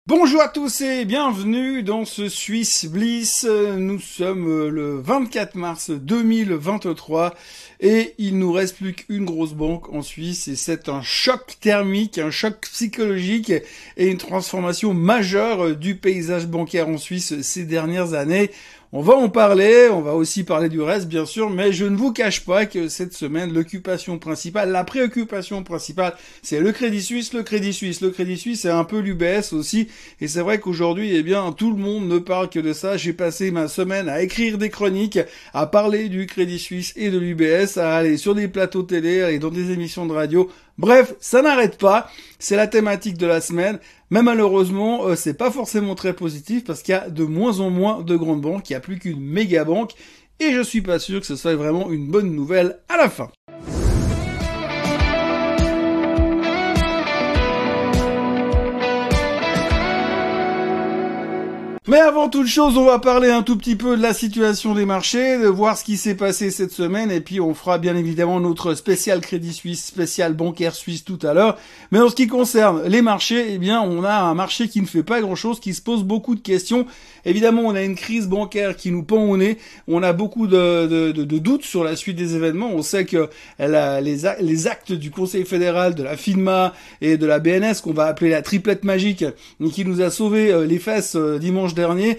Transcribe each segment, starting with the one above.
Bonjour à tous et bienvenue dans ce Swiss Bliss. Nous sommes le 24 mars 2023 et il nous reste plus qu'une grosse banque en Suisse et c'est un choc thermique, un choc psychologique et une transformation majeure du paysage bancaire en Suisse ces dernières années. On va en parler, on va aussi parler du reste bien sûr, mais je ne vous cache pas que cette semaine, l'occupation principale, la préoccupation principale, c'est le Crédit Suisse, le Crédit Suisse. Le Crédit Suisse, c'est un peu l'UBS aussi, et c'est vrai qu'aujourd'hui, tout le monde ne parle que de ça. J'ai passé ma semaine à écrire des chroniques, à parler du Crédit Suisse et de l'UBS, à aller sur des plateaux télé, aller dans des émissions de radio. Bref, ça n'arrête pas, c'est la thématique de la semaine, mais malheureusement, c'est pas forcément très positif parce qu'il y a de moins en moins de grandes banques, il n'y a plus qu'une méga banque, et je suis pas sûr que ce soit vraiment une bonne nouvelle à la fin. Mais avant toute chose, on va parler un tout petit peu de la situation des marchés, de voir ce qui s'est passé cette semaine, et puis on fera bien évidemment notre spécial Crédit Suisse, spécial bancaire suisse tout à l'heure. Mais en ce qui concerne les marchés, on a un marché qui ne fait pas grand-chose, qui se pose beaucoup de questions. Évidemment, on a une crise bancaire qui nous pend au nez, on a beaucoup de doutes sur la suite des événements. On sait que les actes du Conseil fédéral, de la FINMA et de la BNS, qu'on va appeler la triplette magique, qui nous a sauvé les fesses dimanche dernier,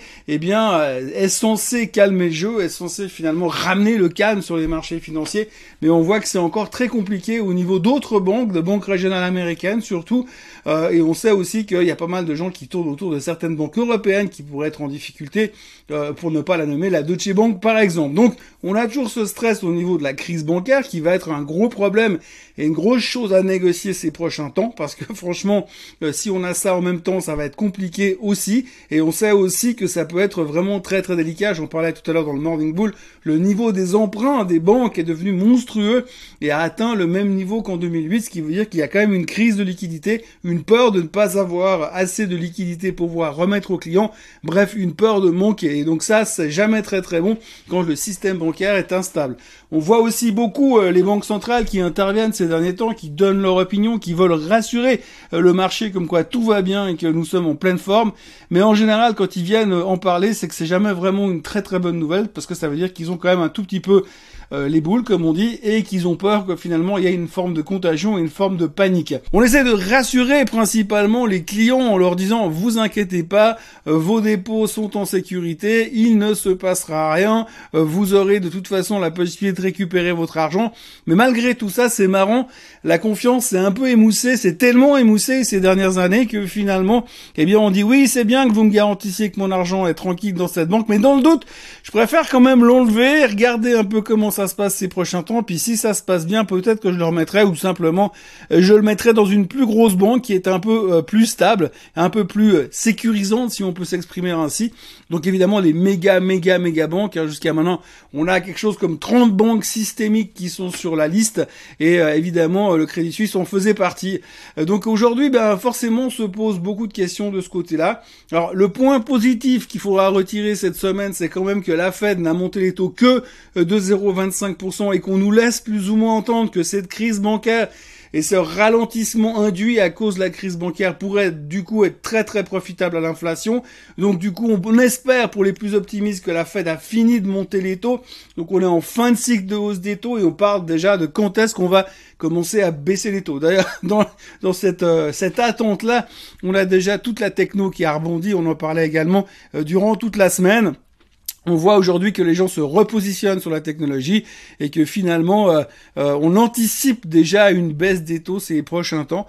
est censé calmer le jeu, est censé finalement ramener le calme sur les marchés financiers, mais on voit que c'est encore très compliqué au niveau d'autres banques, de banques régionales américaines surtout, et on sait aussi qu'il y a pas mal de gens qui tournent autour de certaines banques européennes qui pourraient être en difficulté, pour ne pas la nommer, la Deutsche Bank par exemple. Donc on a toujours ce stress au niveau de la crise bancaire qui va être un gros problème et une grosse chose à négocier ces prochains temps, parce que franchement, si on a ça en même temps, ça va être compliqué aussi, et on sait aussi que ça peut être vraiment très très délicat. J'en parlais tout à l'heure dans le Morning Bull, le niveau des emprunts des banques est devenu monstrueux et a atteint le même niveau qu'en 2008, ce qui veut dire qu'il y a quand même une crise de liquidité, une peur de ne pas avoir assez de liquidité pour pouvoir remettre aux clients, bref, une peur de manquer. Et donc ça, c'est jamais très très bon quand le système bancaire est instable. On voit aussi beaucoup les banques centrales qui interviennent ces derniers temps, qui donnent leur opinion, qui veulent rassurer le marché comme quoi tout va bien et que nous sommes en pleine forme. Mais en général, quand ils viennent en parler, c'est que c'est jamais vraiment une très très bonne nouvelle, parce que ça veut dire qu'ils ont quand même un tout petit peu les boules, comme on dit, et qu'ils ont peur que finalement il y ait une forme de contagion et une forme de panique. On essaie de rassurer principalement les clients en leur disant vous inquiétez pas, vos dépôts sont en sécurité, il ne se passera rien, vous aurez de toute façon la possibilité de récupérer votre argent. Mais malgré tout ça, c'est marrant, la confiance s'est un peu émoussée, c'est tellement émoussé ces dernières années que finalement, on dit oui, c'est bien que vous me garantissiez que mon argent est tranquille dans cette banque, mais dans le doute, je préfère quand même l'enlever, regarder un peu comment ça se passe ces prochains temps, puis si ça se passe bien, peut-être que je le remettrai, ou simplement je le mettrai dans une plus grosse banque qui est un peu plus stable, un peu plus sécurisante, si on peut s'exprimer ainsi. Donc évidemment les méga banques, jusqu'à maintenant on a quelque chose comme 30 banques systémiques qui sont sur la liste, et évidemment le Crédit Suisse en faisait partie. Donc aujourd'hui, forcément on se pose beaucoup de questions de ce côté-là. Alors le point positif qu'il faudra retirer cette semaine, c'est quand même que la Fed n'a monté les taux que de 0,25% et qu'on nous laisse plus ou moins entendre que cette crise bancaire et ce ralentissement induit à cause de la crise bancaire pourrait du coup être très très profitable à l'inflation. Donc du coup on espère pour les plus optimistes que la Fed a fini de monter les taux. Donc on est en fin de cycle de hausse des taux et on parle déjà de quand est-ce qu'on va commencer à baisser les taux. D'ailleurs dans cette attente-là, on a déjà toute la techno qui a rebondi, on en parlait également durant toute la semaine. On voit aujourd'hui que les gens se repositionnent sur la technologie et que finalement on anticipe déjà une baisse des taux ces prochains temps,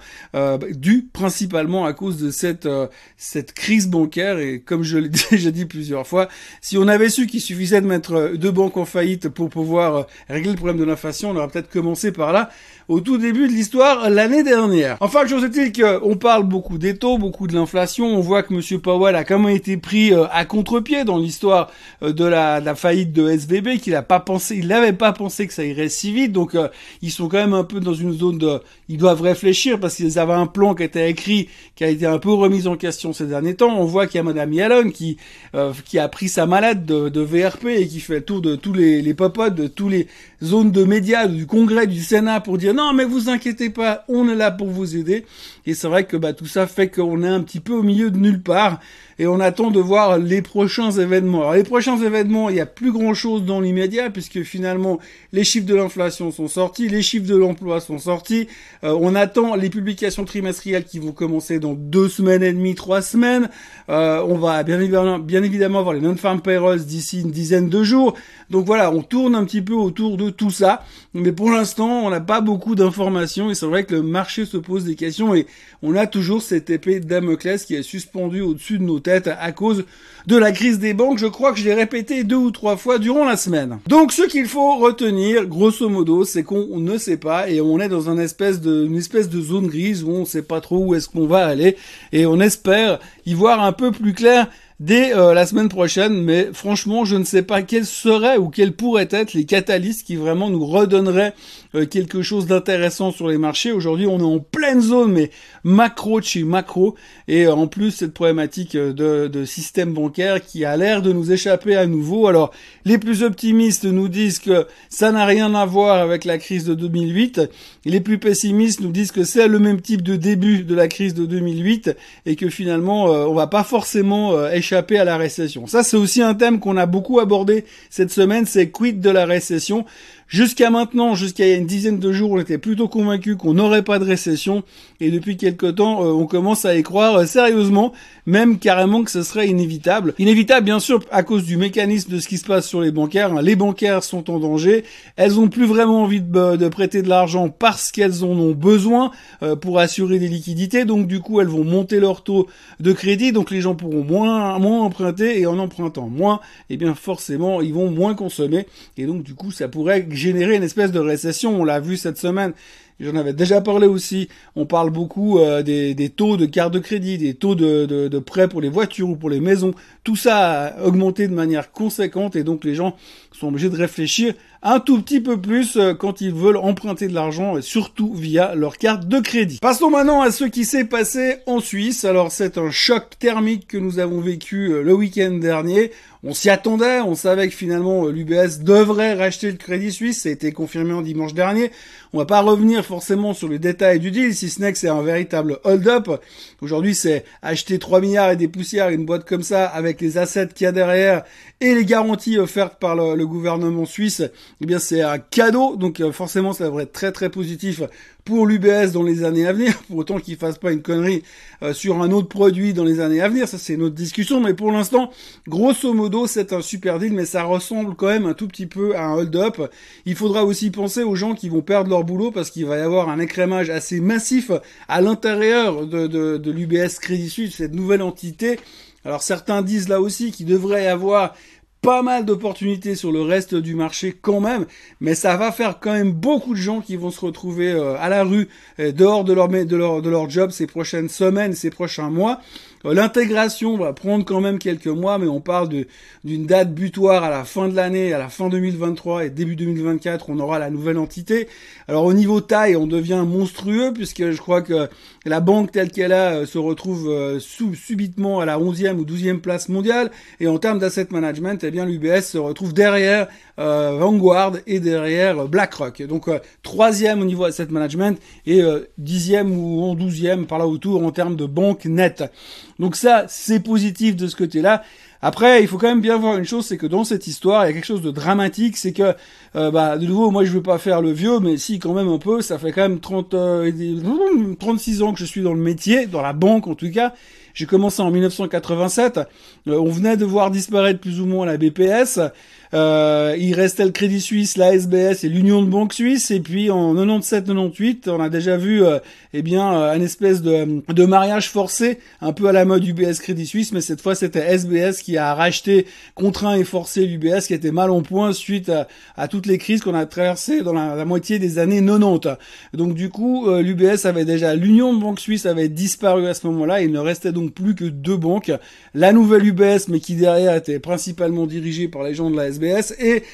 due principalement à cause de cette crise bancaire. Et comme je l'ai déjà dit plusieurs fois, si on avait su qu'il suffisait de mettre deux banques en faillite pour pouvoir régler le problème de l'inflation, on aurait peut-être commencé par là au tout début de l'histoire l'année dernière. Enfin, chose est-il qu'on parle beaucoup des taux, beaucoup de l'inflation. On voit que Monsieur Powell a quand même été pris à contre-pied dans l'histoire de la faillite de SVB, il n'avait pas pensé que ça irait si vite. Donc ils sont quand même un peu dans une zone ils doivent réfléchir parce qu'ils avaient un plan qui était écrit, qui a été un peu remis en question ces derniers temps. On voit qu'il y a Madame Yellen qui a pris sa malade de VRP et qui fait le tour de tous les popotes, de tous les zone de médias, du Congrès, du Sénat pour dire non mais vous inquiétez pas, on est là pour vous aider. Et c'est vrai que tout ça fait qu'on est un petit peu au milieu de nulle part et on attend de voir les prochains événements. Alors les prochains événements, il y a plus grand chose dans l'immédiat puisque finalement les chiffres de l'inflation sont sortis, les chiffres de l'emploi sont sortis. On attend les publications trimestrielles qui vont commencer dans 2 semaines et demie, 3 semaines. On va bien évidemment avoir les non-farm payrolls d'ici une dizaine de jours. Donc voilà, on tourne un petit peu autour de tout ça. Mais pour l'instant, on n'a pas beaucoup d'informations et c'est vrai que le marché se pose des questions et on a toujours cette épée de Damoclès qui est suspendue au-dessus de nos têtes à cause de la crise des banques. Je crois que je l'ai répété 2 ou 3 fois durant la semaine. Donc ce qu'il faut retenir, grosso modo, c'est qu'on ne sait pas et on est dans une espèce de zone grise où on ne sait pas trop où est-ce qu'on va aller et on espère y voir un peu plus clair dès la semaine prochaine, mais franchement, je ne sais pas quels seraient ou quels pourraient être les catalystes qui vraiment nous redonneraient quelque chose d'intéressant sur les marchés. Aujourd'hui, on est en pleine zone, mais macro de chez macro, et en plus, cette problématique de système bancaire qui a l'air de nous échapper à nouveau. Alors, les plus optimistes nous disent que ça n'a rien à voir avec la crise de 2008, et les plus pessimistes nous disent que c'est le même type de début de la crise de 2008, et que finalement, on va pas forcément échapper à la récession. Ça, c'est aussi un thème qu'on a beaucoup abordé cette semaine, c'est quid de la récession. Jusqu'à maintenant, jusqu'à il y a une dizaine de jours, on était plutôt convaincus qu'on n'aurait pas de récession. Et depuis quelque temps, on commence à y croire sérieusement, même carrément que ce serait inévitable. Inévitable, bien sûr, à cause du mécanisme de ce qui se passe sur les bancaires. Les bancaires sont en danger. Elles ont plus vraiment envie de prêter de l'argent parce qu'elles en ont besoin pour assurer des liquidités. Donc, du coup, elles vont monter leur taux de crédit. Donc, les gens pourront moins emprunter. Et en empruntant moins, eh bien, forcément, ils vont moins consommer. Et donc, du coup, ça pourrait générer une espèce de récession. On l'a vu cette semaine. J'en avais déjà parlé aussi. On parle beaucoup des taux de carte de crédit, des taux de prêts pour les voitures ou pour les maisons. Tout ça a augmenté de manière conséquente et donc les gens sont obligés de réfléchir un tout petit peu plus quand ils veulent emprunter de l'argent et surtout via leur carte de crédit. Passons maintenant à ce qui s'est passé en Suisse. Alors c'est un choc thermique que nous avons vécu le week-end dernier. On s'y attendait, on savait que finalement l'UBS devrait racheter le Crédit Suisse, ça a été confirmé en dimanche dernier. On va pas revenir forcément sur les détails du deal, si ce n'est que c'est un véritable hold-up. Aujourd'hui, c'est acheter 3 milliards et des poussières, une boîte comme ça, avec les assets qu'il y a derrière et les garanties offertes par le gouvernement suisse. Eh bien, c'est un cadeau, donc forcément, ça devrait être très très positif pour l'UBS dans les années à venir, pour autant qu'ils fassent pas une connerie sur un autre produit dans les années à venir. Ça, c'est une autre discussion, mais pour l'instant, grosso modo, c'est un super deal, mais ça ressemble quand même un tout petit peu à un hold-up. Il faudra aussi penser aux gens qui vont perdre leur boulot parce qu'il va y avoir un écrémage assez massif à l'intérieur de l'UBS Crédit Suisse, cette nouvelle entité. Alors certains disent là aussi qu'il devrait y avoir pas mal d'opportunités sur le reste du marché quand même, mais ça va faire quand même beaucoup de gens qui vont se retrouver à la rue, dehors de leur job ces prochaines semaines, ces prochains mois. L'intégration va prendre quand même quelques mois, mais on parle d'une date butoir à la fin de l'année, à la fin 2023 et début 2024, on aura la nouvelle entité. Alors au niveau taille, on devient monstrueux puisque je crois que la banque telle qu'elle a se retrouve subitement à la 11e ou 12e place mondiale et en termes d'asset management, eh bien l'UBS se retrouve derrière Vanguard et derrière BlackRock. Donc 3e au niveau asset management et 10e ou 12e par là autour en termes de banque nette. Donc ça, c'est positif de ce côté-là. Après, il faut quand même bien voir une chose, c'est que dans cette histoire, il y a quelque chose de dramatique, c'est que, de nouveau, moi je veux pas faire le vieux, mais si quand même un peu, ça fait quand même 36 ans que je suis dans le métier, dans la banque en tout cas. J'ai commencé en 1987, on venait de voir disparaître plus ou moins la BPS, il restait le Crédit Suisse, la SBS et l'Union de banques suisses, et puis en 97-98, on a déjà vu un espèce de mariage forcé, un peu à la mode UBS Crédit Suisse, mais cette fois c'était SBS qui a racheté, contraint et forcé l'UBS qui était mal en point suite à toutes les crises qu'on a traversées dans la moitié des années 90. Donc du coup, l'UBS avait déjà, l'Union de banques suisses avait disparu à ce moment-là, il ne restait donc donc plus que 2 banques. La nouvelle UBS, mais qui derrière était principalement dirigée par les gens de la SBS, et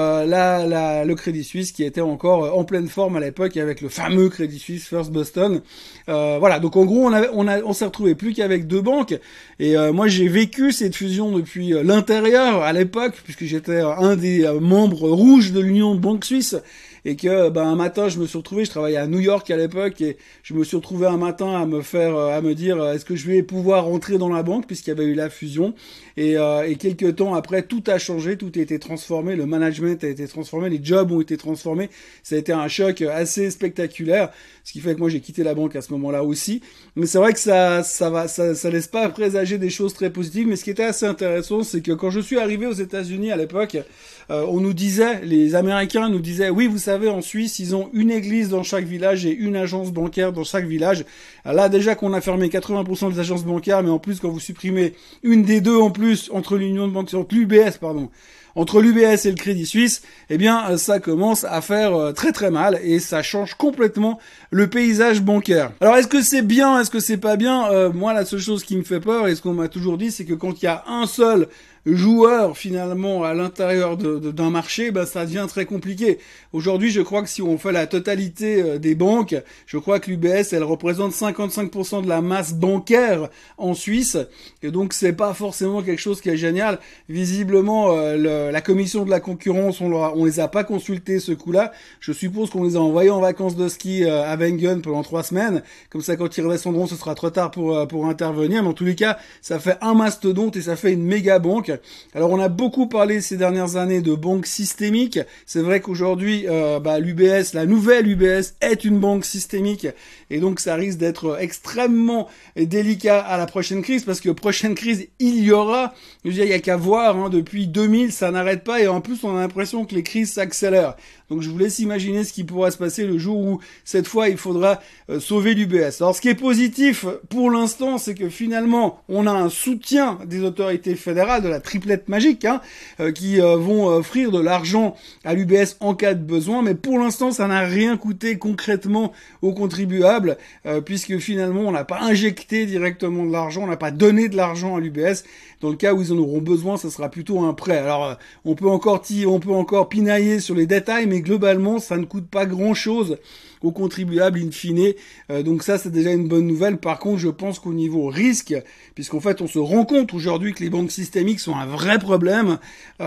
le Crédit Suisse qui était encore en pleine forme à l'époque avec le fameux Crédit Suisse First Boston. Voilà, donc en gros on s'est retrouvé plus qu'avec 2 banques. Et moi j'ai vécu cette fusion depuis l'intérieur à l'époque, puisque j'étais un des membres rouges de l'Union de banques suisses. Et que un matin je me suis retrouvé, je travaillais à New York à l'époque, et je me suis retrouvé un matin à me dire est-ce que je vais pouvoir rentrer dans la banque puisqu'il y avait eu la fusion, et quelques temps après tout a changé, tout a été transformé, le management a été transformé, les jobs ont été transformés, ça a été un choc assez spectaculaire, ce qui fait que moi j'ai quitté la banque à ce moment-là aussi. Mais c'est vrai que ça laisse pas présager des choses très positives. Mais ce qui était assez intéressant, c'est que quand je suis arrivé aux États-Unis à l'époque, on nous disait, les Américains nous disaient, oui, vous savez, en Suisse, ils ont une église dans chaque village et une agence bancaire dans chaque village. Là, déjà qu'on a fermé 80% des agences bancaires, mais en plus, quand vous supprimez une des deux en plus entre l'Union de banque, entre l'UBS, pardon, entre l'UBS et le Crédit Suisse, eh bien, ça commence à faire très très mal, et ça change complètement le paysage bancaire. Alors, est-ce que c'est bien, est-ce que c'est pas bien? Moi, la seule chose qui me fait peur, et ce qu'on m'a toujours dit, c'est que quand il y a un seul joueur finalement à l'intérieur d'un marché, ça devient très compliqué. Aujourd'hui, je crois que si on fait la totalité des banques, je crois que l'UBS, elle représente 55% de la masse bancaire en Suisse, et donc c'est pas forcément quelque chose qui est génial. Visiblement, la commission de la concurrence, on les a pas consultés ce coup-là. Je suppose qu'on les a envoyés en vacances de ski à Wengen pendant 3 semaines. Comme ça, quand ils redescendront, ce sera trop tard pour intervenir. Mais en tous les cas, ça fait un mastodonte et ça fait une méga banque. Alors, on a beaucoup parlé ces dernières années de banques systémiques. C'est vrai qu'aujourd'hui, l'UBS, la nouvelle UBS, est une banque systémique, et donc ça risque d'être extrêmement délicat à la prochaine crise, parce que prochaine crise, il y aura. Je veux dire, il y a qu'à voir, depuis 2000, ça n'arrête pas, et en plus, on a l'impression que les crises s'accélèrent. Donc je vous laisse imaginer ce qui pourra se passer le jour où, cette fois, il faudra sauver l'UBS. Alors ce qui est positif pour l'instant, c'est que finalement, on a un soutien des autorités fédérales, de la triplette magique, qui vont offrir de l'argent à l'UBS en cas de besoin. Mais pour l'instant, ça n'a rien coûté concrètement aux contribuables, puisque finalement, on n'a pas injecté directement de l'argent, on n'a pas donné de l'argent à l'UBS. Dans le cas où ils en auront besoin, ça sera plutôt un prêt. Alors, on peut encore pinailler sur les détails, mais globalement, ça ne coûte pas grand-chose aux contribuables in fine. Donc ça, c'est déjà une bonne nouvelle. Par contre, je pense qu'au niveau risque, puisqu'en fait, on se rend compte aujourd'hui que les banques systémiques sont un vrai problème,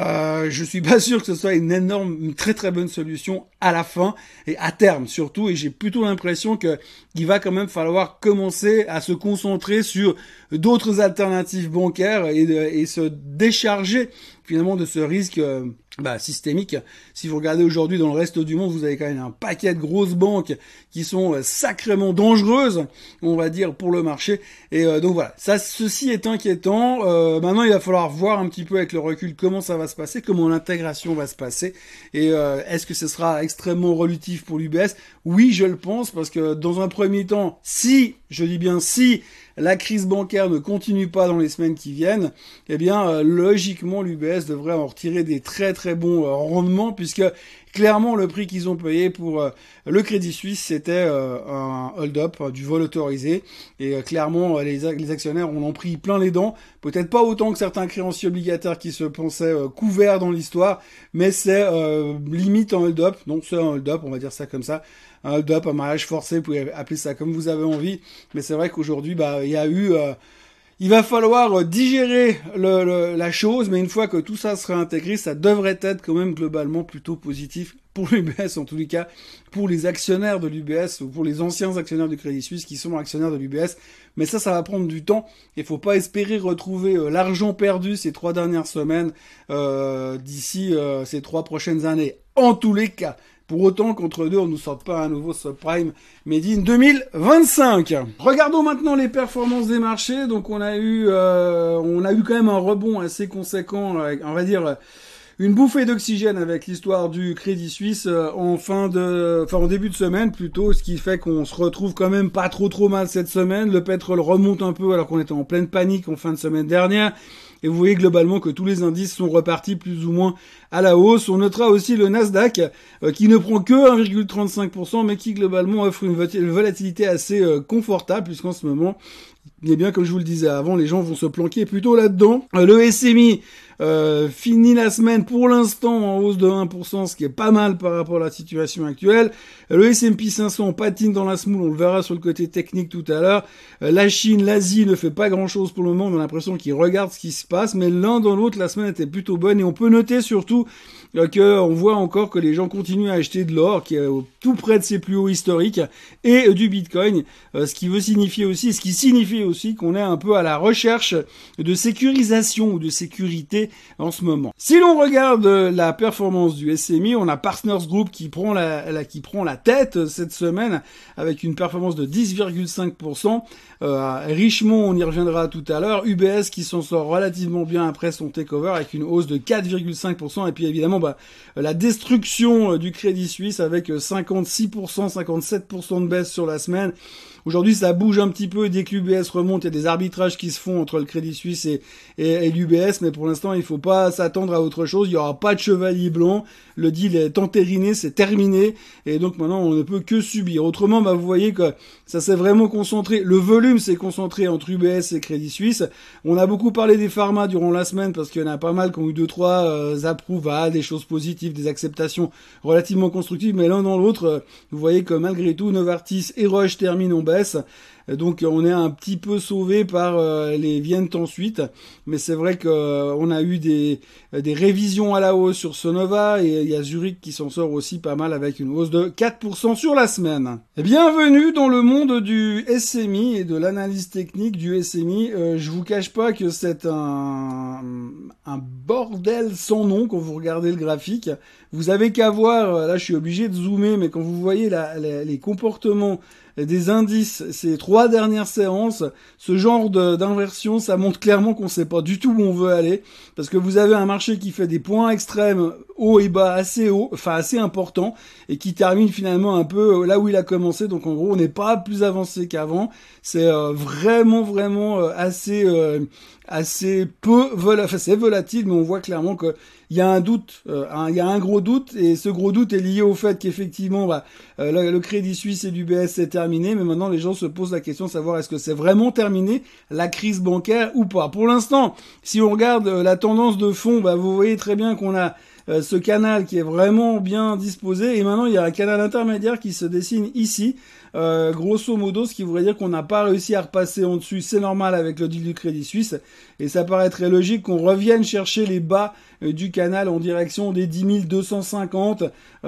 je suis pas sûr que ce soit une très très bonne solution à la fin et à terme surtout. Et j'ai plutôt l'impression qu'il va quand même falloir commencer à se concentrer sur d'autres alternatives bancaires et se décharger finalement de ce risque systémique. Si vous regardez aujourd'hui dans le reste du monde, vous avez quand même un paquet de grosses banques qui sont sacrément dangereuses, on va dire, pour le marché. Et donc voilà, ceci est inquiétant. Maintenant, il va falloir voir un petit peu avec le recul comment ça va se passer, comment l'intégration va se passer. Et est-ce que ce sera extrêmement relutif pour l'UBS? Oui, je le pense, parce que dans un premier temps, si la crise bancaire ne continue pas dans les semaines qui viennent, eh bien, logiquement, l'UBS devrait en retirer des très très bons rendements, puisque clairement, le prix qu'ils ont payé pour le Crédit Suisse, c'était un hold-up, du vol autorisé. Et clairement, les actionnaires en ont pris plein les dents. Peut-être pas autant que certains créanciers obligataires qui se pensaient couverts dans l'histoire, mais c'est limite un hold-up. Donc c'est un hold-up, on va dire ça comme ça. Un hold-up, un mariage forcé, vous pouvez appeler ça comme vous avez envie. Mais c'est vrai qu'aujourd'hui, il y a eu... il va falloir digérer la chose, mais une fois que tout ça sera intégré, ça devrait être quand même globalement plutôt positif pour l'UBS, en tous les cas, pour les actionnaires de l'UBS, ou pour les anciens actionnaires du Crédit Suisse qui sont actionnaires de l'UBS. Mais ça va prendre du temps. Il faut pas espérer retrouver l'argent perdu ces 3 dernières semaines d'ici ces 3 prochaines années. En tous les cas. Pour autant qu'entre deux, on nous sorte pas un nouveau subprime made in 2025. Regardons maintenant les performances des marchés. Donc on a eu quand même un rebond assez conséquent, on va dire une bouffée d'oxygène avec l'histoire du Crédit Suisse en début de semaine plutôt, ce qui fait qu'on se retrouve quand même pas trop mal cette semaine. Le pétrole remonte un peu alors qu'on était en pleine panique en fin de semaine dernière. Et vous voyez globalement que tous les indices sont repartis plus ou moins à la hausse. On notera aussi le Nasdaq qui ne prend que 1,35%, mais qui globalement offre une volatilité assez confortable, puisqu'en ce moment, eh bien, comme je vous le disais avant, les gens vont se planquer plutôt là-dedans. Le SMI finit la semaine pour l'instant en hausse de 1%, ce qui est pas mal par rapport à la situation actuelle. Le S&P 500 patine dans la semoule, on le verra sur le côté technique tout à l'heure. La Chine, l'Asie ne fait pas grand-chose pour le moment, on a l'impression qu'ils regardent ce qui se passe, mais l'un dans l'autre, la semaine était plutôt bonne, et on peut noter surtout qu'on voit encore que les gens continuent à acheter de l'or, qui est tout près de ses plus hauts historiques, et du Bitcoin, ce qui signifie aussi qu'on est un peu à la recherche de sécurisation ou de sécurité en ce moment. Si l'on regarde la performance du SMI, on a Partners Group qui prend la tête cette semaine avec une performance de 10,5%. Richemont, on y reviendra tout à l'heure. UBS qui s'en sort relativement bien après son takeover avec une hausse de 4,5%. Et puis évidemment, la destruction du Crédit Suisse avec 56%, 57% de baisse sur la semaine. Aujourd'hui, ça bouge un petit peu dès que l'UBS remonte. Il y a des arbitrages qui se font entre le Crédit Suisse et l'UBS, mais pour l'instant, il faut pas s'attendre à autre chose. Il y aura pas de chevalier blanc. Le deal est entériné, c'est terminé, et donc maintenant, on ne peut que subir. Autrement, vous voyez que ça s'est vraiment concentré. Le volume s'est concentré entre UBS et Crédit Suisse. On a beaucoup parlé des pharma durant la semaine parce qu'il y en a pas mal qui ont eu 2-3 approvals, des choses positives, des acceptations relativement constructives, mais l'un dans l'autre, vous voyez que malgré tout, Novartis et Roche terminent en baisse. Donc on est un petit peu sauvé par les Viennent ensuite, mais c'est vrai que on a eu des révisions à la hausse sur Sonova, et il y a Zurich qui s'en sort aussi pas mal avec une hausse de 4% sur la semaine. Et bienvenue dans le monde du SMI et de l'analyse technique du SMI. Je vous cache pas que c'est un bordel sans nom quand vous regardez le graphique. Vous avez qu'à voir, là je suis obligé de zoomer, mais quand vous voyez les comportements des indices ces 3 dernières séances, ce genre d'inversion, ça montre clairement qu'on sait pas du tout où on veut aller, parce que vous avez un marché qui fait des points extrêmes haut et bas assez importants, et qui termine finalement un peu là où il a commencé. Donc en gros, on n'est pas plus avancé qu'avant. C'est vraiment assez peu c'est volatile, mais on voit clairement que il y a un doute, il y a un gros doute, et ce gros doute est lié au fait qu'effectivement le Crédit Suisse et l'UBS c'est terminé, mais maintenant les gens se posent la question de savoir est-ce que c'est vraiment terminé la crise bancaire ou pas. Pour l'instant, si on regarde la tendance de fond, vous voyez très bien qu'on a ce canal qui est vraiment bien disposé, et maintenant il y a un canal intermédiaire qui se dessine ici, grosso modo, ce qui voudrait dire qu'on n'a pas réussi à repasser en dessus. C'est normal avec le deal du Crédit Suisse, et ça paraît très logique qu'on revienne chercher les bas du canal en direction des 10 250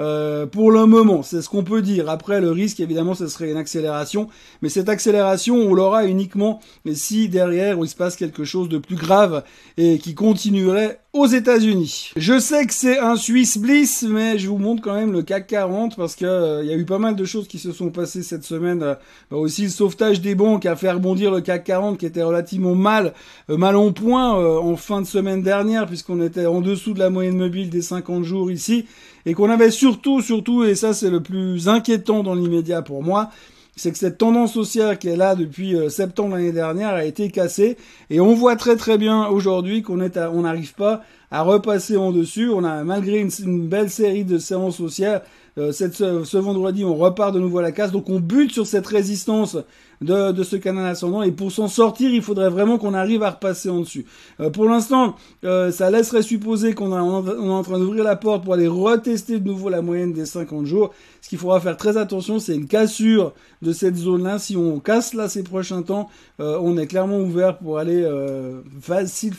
pour le moment, c'est ce qu'on peut dire. Après, le risque évidemment ce serait une accélération, mais cette accélération on l'aura uniquement si derrière il se passe quelque chose de plus grave et qui continuerait aux États-Unis. Je sais que c'est un Swiss Bliss, mais je vous montre quand même le CAC 40 parce que il y a eu pas mal de choses qui se sont passées cette semaine. Aussi le sauvetage des banques a fait rebondir le CAC 40 qui était relativement mal en point en fin de semaine dernière, puisqu'on était en dessous de la moyenne mobile des 50 jours ici, et qu'on avait surtout, et ça c'est le plus inquiétant dans l'immédiat pour moi, c'est que cette tendance haussière qui est là depuis septembre l'année dernière a été cassée, et on voit très bien aujourd'hui qu'on n'arrive pas à repasser en dessus. On a, malgré une belle série de séances haussières, ce vendredi on repart de nouveau à la casse, donc on bute sur cette résistance de ce canal ascendant, et pour s'en sortir il faudrait vraiment qu'on arrive à repasser en dessus. Pour l'instant ça laisserait supposer on est en train d'ouvrir la porte pour aller retester de nouveau la moyenne des 50 jours. Ce qu'il faudra faire très attention, c'est une cassure de cette zone là. Si on casse là ces prochains temps, on est clairement ouvert pour aller facile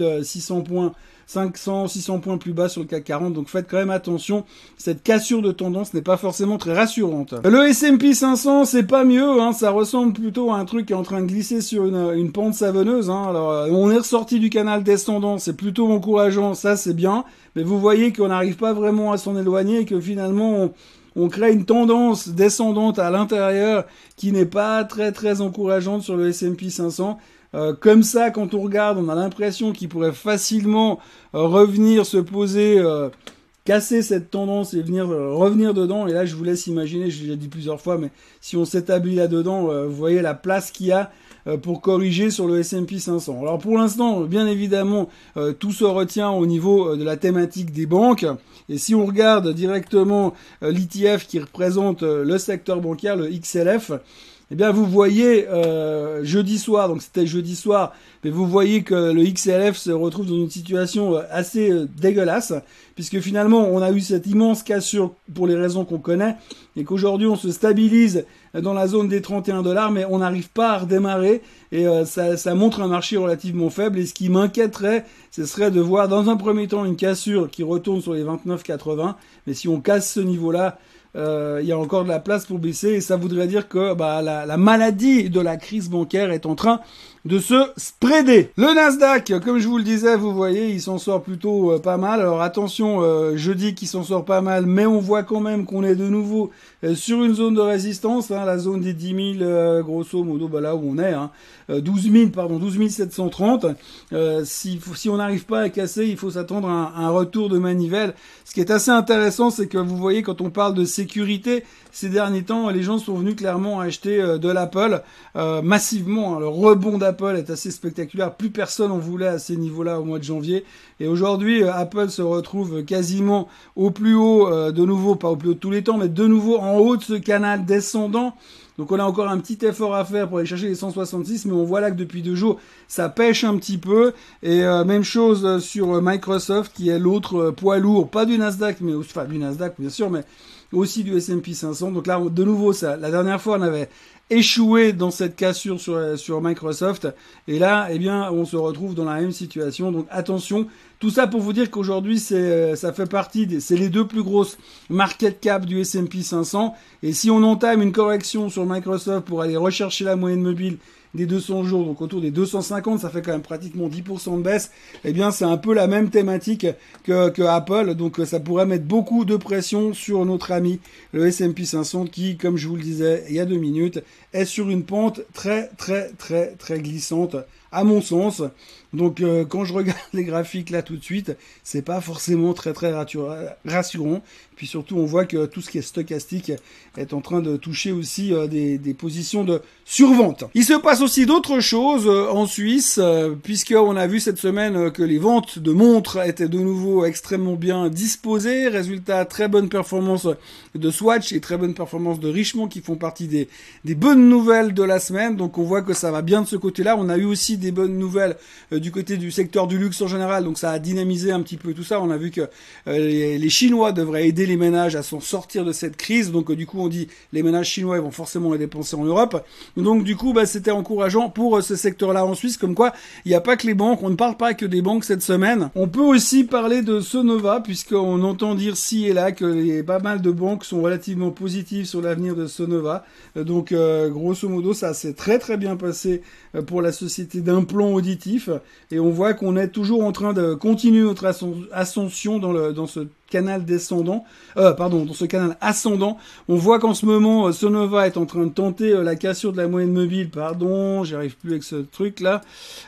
600 points, 500, 600 points plus bas sur le CAC 40, donc faites quand même attention, cette cassure de tendance n'est pas forcément très rassurante. Le S&P 500, c'est pas mieux, ça ressemble plutôt à un truc qui est en train de glisser sur une pente savonneuse. Alors, on est ressorti du canal descendant, c'est plutôt encourageant, ça c'est bien, mais vous voyez qu'on n'arrive pas vraiment à s'en éloigner, et que finalement on crée une tendance descendante à l'intérieur qui n'est pas très encourageante sur le S&P 500. Comme ça, quand on regarde, on a l'impression qu'il pourrait facilement revenir se poser, casser cette tendance et venir revenir dedans. Et là, je vous laisse imaginer, je l'ai déjà dit plusieurs fois, mais si on s'établit là-dedans, vous voyez la place qu'il y a pour corriger sur le S&P 500. Alors pour l'instant, bien évidemment, tout se retient au niveau de la thématique des banques. Et si on regarde directement l'ETF qui représente le secteur bancaire, le XLF, eh bien vous voyez jeudi soir, donc c'était jeudi soir, mais vous voyez que le XLF se retrouve dans une situation assez dégueulasse, puisque finalement on a eu cette immense cassure pour les raisons qu'on connaît, et qu'aujourd'hui on se stabilise dans la zone des 31 $, mais on n'arrive pas à redémarrer, et ça montre un marché relativement faible, et ce qui m'inquiéterait, ce serait de voir dans un premier temps une cassure qui retourne sur les 29,80, mais si on casse ce niveau-là, il y a encore de la place pour baisser, et ça voudrait dire que la maladie de la crise bancaire est en train de se spreader. Le Nasdaq, comme je vous le disais, vous voyez, il s'en sort plutôt pas mal. Alors attention, je dis qu'il s'en sort pas mal, mais on voit quand même qu'on est de nouveau sur une zone de résistance, hein, la zone des 10 000, grosso modo, là où on est, 12 730. Si on n'arrive pas à casser, il faut s'attendre à un retour de manivelle. Ce qui est assez intéressant, c'est que vous voyez, quand on parle de sécurité, ces derniers temps, les gens sont venus clairement acheter de l'Apple massivement. Le rebond d'Apple est assez spectaculaire. Plus personne en voulait à ces niveaux-là au mois de janvier. Et aujourd'hui, Apple se retrouve quasiment au plus haut, de nouveau, pas au plus haut de tous les temps, mais de nouveau en haut de ce canal descendant. Donc on a encore un petit effort à faire pour aller chercher les 166, mais on voit là que depuis 2 jours, ça pêche un petit peu. Et même chose sur Microsoft, qui est l'autre poids lourd, pas du Nasdaq, mais enfin du Nasdaq bien sûr, mais aussi du S&P 500. Donc là, de nouveau, ça, la dernière fois, on avait échoué dans cette cassure sur Microsoft. Et là, eh bien, on se retrouve dans la même situation. Donc attention. Tout ça pour vous dire qu'aujourd'hui, ça fait partie c'est les 2 plus grosses market cap du S&P 500. Et si on entame une correction sur Microsoft pour aller rechercher la moyenne mobile des 200 jours, donc autour des 250, ça fait quand même pratiquement 10% de baisse, eh bien c'est un peu la même thématique que Apple, donc ça pourrait mettre beaucoup de pression sur notre ami le S&P 500 qui, comme je vous le disais il y a 2 minutes, est sur une pente très très très très glissante à mon sens. Donc quand je regarde les graphiques là tout de suite, c'est pas forcément très très rassurant. Puis surtout on voit que tout ce qui est stochastique est en train de toucher aussi des positions de survente. Il se passe aussi d'autres choses en Suisse, puisqu'on a vu cette semaine que les ventes de montres étaient de nouveau extrêmement bien disposées. Résultat, très bonne performance de Swatch et très bonne performance de Richemont qui font partie des bonnes nouvelles de la semaine. Donc on voit que ça va bien de ce côté-là. On a eu aussi des bonnes nouvelles du côté du secteur du luxe en général, donc ça a dynamisé un petit peu tout ça. On a vu que les Chinois devraient aider les ménages à s'en sortir de cette crise, donc du coup on dit les ménages chinois ils vont forcément les dépenser en Europe, donc du coup c'était encourageant pour ce secteur-là en Suisse, comme quoi il n'y a pas que les banques, on ne parle pas que des banques cette semaine. On peut aussi parler de Sonova, puisqu'on entend dire ci et là que pas mal de banques sont relativement positives sur l'avenir de Sonova, donc grosso modo ça s'est très très bien passé pour la société d'implants auditifs. Et on voit qu'on est toujours en train de continuer notre ascension dans ce canal descendant, dans ce canal ascendant. On voit qu'en ce moment, Sonova est en train de tenter la cassure de la moyenne mobile, j'arrive plus avec ce truc-là,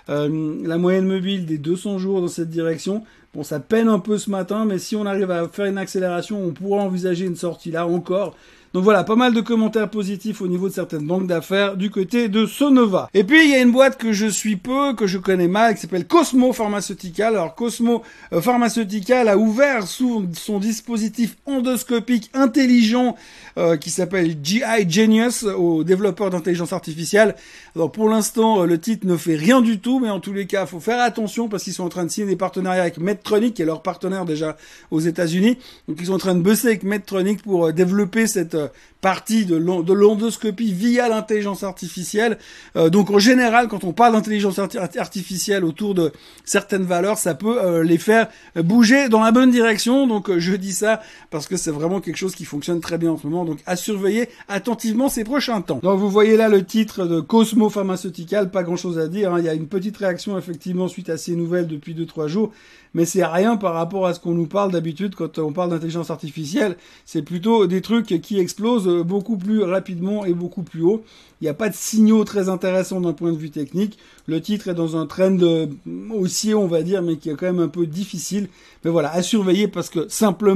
la moyenne mobile des 200 jours dans cette direction. Bon, ça peine un peu ce matin, mais si on arrive à faire une accélération, on pourra envisager une sortie là encore. Donc voilà, pas mal de commentaires positifs au niveau de certaines banques d'affaires du côté de Sonova. Et puis, il y a une boîte que je suis peu, que je connais mal, qui s'appelle Cosmo Pharmaceutical. Alors, Cosmo Pharmaceutical a ouvert son dispositif endoscopique intelligent qui s'appelle GI Genius aux développeurs d'intelligence artificielle. Alors, pour l'instant, le titre ne fait rien du tout, mais en tous les cas, il faut faire attention parce qu'ils sont en train de signer des partenariats avec Medtronic, qui est leur partenaire déjà aux États-Unis. Donc, ils sont en train de bosser avec Medtronic pour développer cette partie de l'endoscopie via l'intelligence artificielle. Donc en général, quand on parle d'intelligence artificielle autour de certaines valeurs, ça peut les faire bouger dans la bonne direction. Donc je dis ça parce que c'est vraiment quelque chose qui fonctionne très bien en ce moment. Donc à surveiller attentivement ces prochains temps. Donc vous voyez là le titre de Cosmo Pharmaceutical, pas grand chose à dire, hein. Il y a une petite réaction effectivement suite à ces nouvelles depuis 2-3 jours. Mais c'est rien par rapport à ce qu'on nous parle d'habitude quand on parle d'intelligence artificielle. C'est plutôt des trucs qui explose beaucoup plus rapidement et beaucoup plus haut. Il n'y a pas de signaux très intéressants d'un point de vue technique. Le titre est dans un trend haussier, on va dire, mais qui est quand même un peu difficile. Mais voilà, à surveiller parce qu'il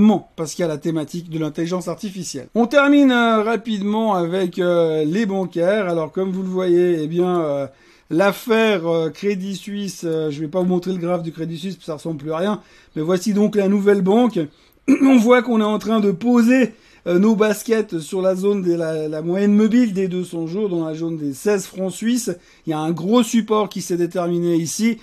y a la thématique de l'intelligence artificielle. On termine rapidement avec les bancaires. Alors, comme vous le voyez, eh bien, l'affaire Crédit Suisse, je vais pas vous montrer le graphe du Crédit Suisse, parce que ça ressemble plus à rien. Mais voici donc la nouvelle banque. On voit qu'on est en train de poser nos baskets sur la zone de la moyenne mobile des 200 jours, dans la zone des 16 francs suisses. Il y a un gros support qui s'est déterminé ici.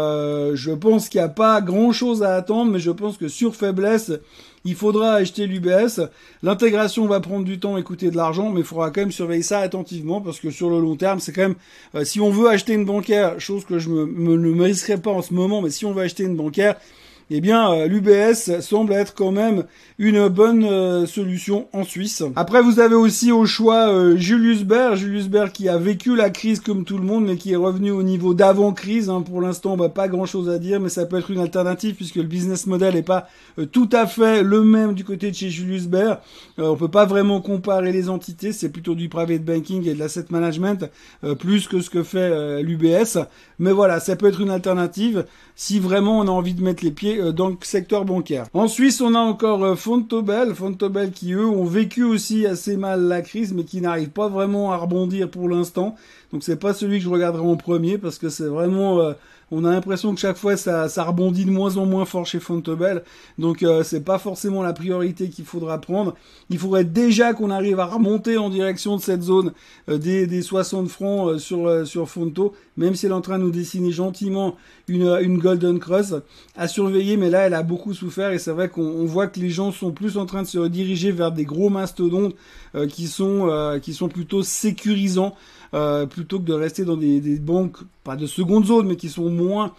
Je pense qu'il n'y a pas grand chose à attendre, mais je pense que sur faiblesse, il faudra acheter l'UBS. L'intégration va prendre du temps et coûter de l'argent, mais il faudra quand même surveiller ça attentivement, parce que sur le long terme, c'est quand même, si on veut acheter une bancaire, chose que je ne me risquerai pas en ce moment, mais si on veut acheter une bancaire, eh bien, l'UBS semble être quand même une bonne solution en Suisse. Après, vous avez aussi au choix Julius Baer qui a vécu la crise comme tout le monde, mais qui est revenu au niveau d'avant-crise. Hein. Pour l'instant, pas grand-chose à dire, mais ça peut être une alternative, puisque le business model n'est pas tout à fait le même du côté de chez Julius Baer. On peut pas vraiment comparer les entités, c'est plutôt du private banking et de l'asset management, plus que ce que fait l'UBS. Mais voilà, ça peut être une alternative si vraiment on a envie de mettre les pieds dans le secteur bancaire. En Suisse, on a encore Vontobel qui eux ont vécu aussi assez mal la crise, mais qui n'arrivent pas vraiment à rebondir pour l'instant. Donc c'est pas celui que je regarderai en premier, parce que c'est vraiment on a l'impression que chaque fois ça rebondit de moins en moins fort chez Vontobel. Donc c'est pas forcément la priorité qu'il faudra prendre. Il faudrait déjà qu'on arrive à remonter en direction de cette zone des 60 francs sur Fonto, même si elle est en train de nous dessiner gentiment une Golden Cross à surveiller, mais là elle a beaucoup souffert, et c'est vrai qu'on voit que les gens sont plus en train de se rediriger vers des gros mastodontes qui sont plutôt sécurisants, plutôt que de rester dans des banques, pas de seconde zone, mais qui sont moins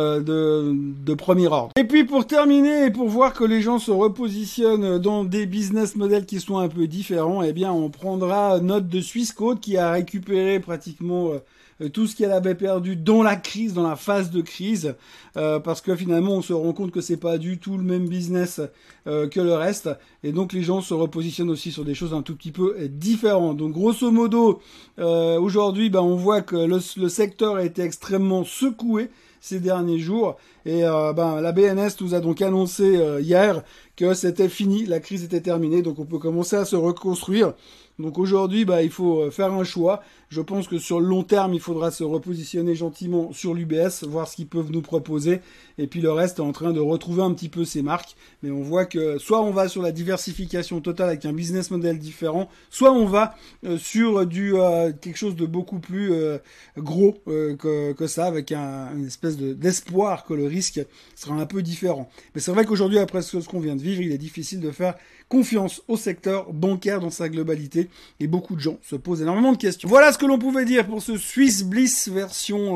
de premier ordre. Et puis pour terminer, et pour voir que les gens se repositionnent dans des business models qui sont un peu différents, eh bien on prendra note de Swissquote, qui a récupéré pratiquement tout ce qu'elle avait perdu dans la crise, dans la phase de crise, parce que finalement on se rend compte que c'est pas du tout le même business que le reste, et donc les gens se repositionnent aussi sur des choses un tout petit peu différentes. Donc grosso modo, aujourd'hui, on voit que le secteur a été extrêmement secoué ces derniers jours, et la BNS nous a donc annoncé hier que c'était fini, la crise était terminée, donc on peut commencer à se reconstruire. Donc aujourd'hui, il faut faire un choix. Je pense que sur le long terme, il faudra se repositionner gentiment sur l'UBS, voir ce qu'ils peuvent nous proposer. Et puis le reste est en train de retrouver un petit peu ses marques. Mais on voit que soit on va sur la diversification totale avec un business model différent, soit on va sur quelque chose de beaucoup plus gros que ça, avec une espèce d'espoir que le risque sera un peu différent. Mais c'est vrai qu'aujourd'hui, après ce qu'on vient de vivre, il est difficile de faire confiance au secteur bancaire dans sa globalité, et beaucoup de gens se posent énormément de questions. Voilà ce que l'on pouvait dire pour ce Swiss Bliss version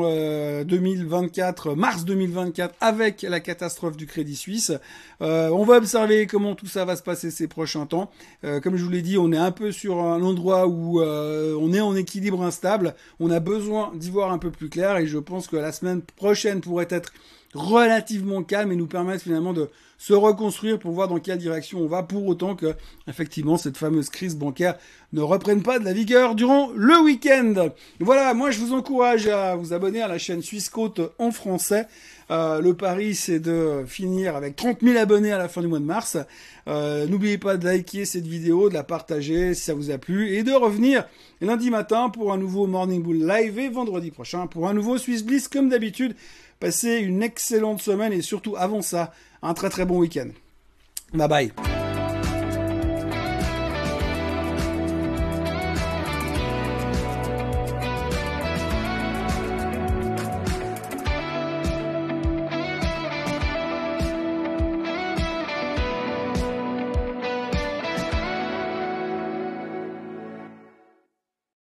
2024, mars 2024, avec la catastrophe du Crédit Suisse. On va observer comment tout ça va se passer ces prochains temps. Comme je vous l'ai dit, on est un peu sur un endroit où on est en équilibre instable. On a besoin d'y voir un peu plus clair, et je pense que la semaine prochaine pourrait être relativement calme et nous permettre finalement de se reconstruire pour voir dans quelle direction on va, pour autant que, effectivement, cette fameuse crise bancaire ne reprenne pas de la vigueur durant le week-end. Voilà, moi je vous encourage à vous abonner à la chaîne Swissquote en français. Le pari, c'est de finir avec 30 000 abonnés à la fin du mois de mars. N'oubliez pas de liker cette vidéo, de la partager si ça vous a plu, et de revenir lundi matin pour un nouveau Morning Bull Live, et vendredi prochain pour un nouveau Swiss Bliss comme d'habitude. Passez une excellente semaine, et surtout avant ça, un très très bon week-end. Bye bye.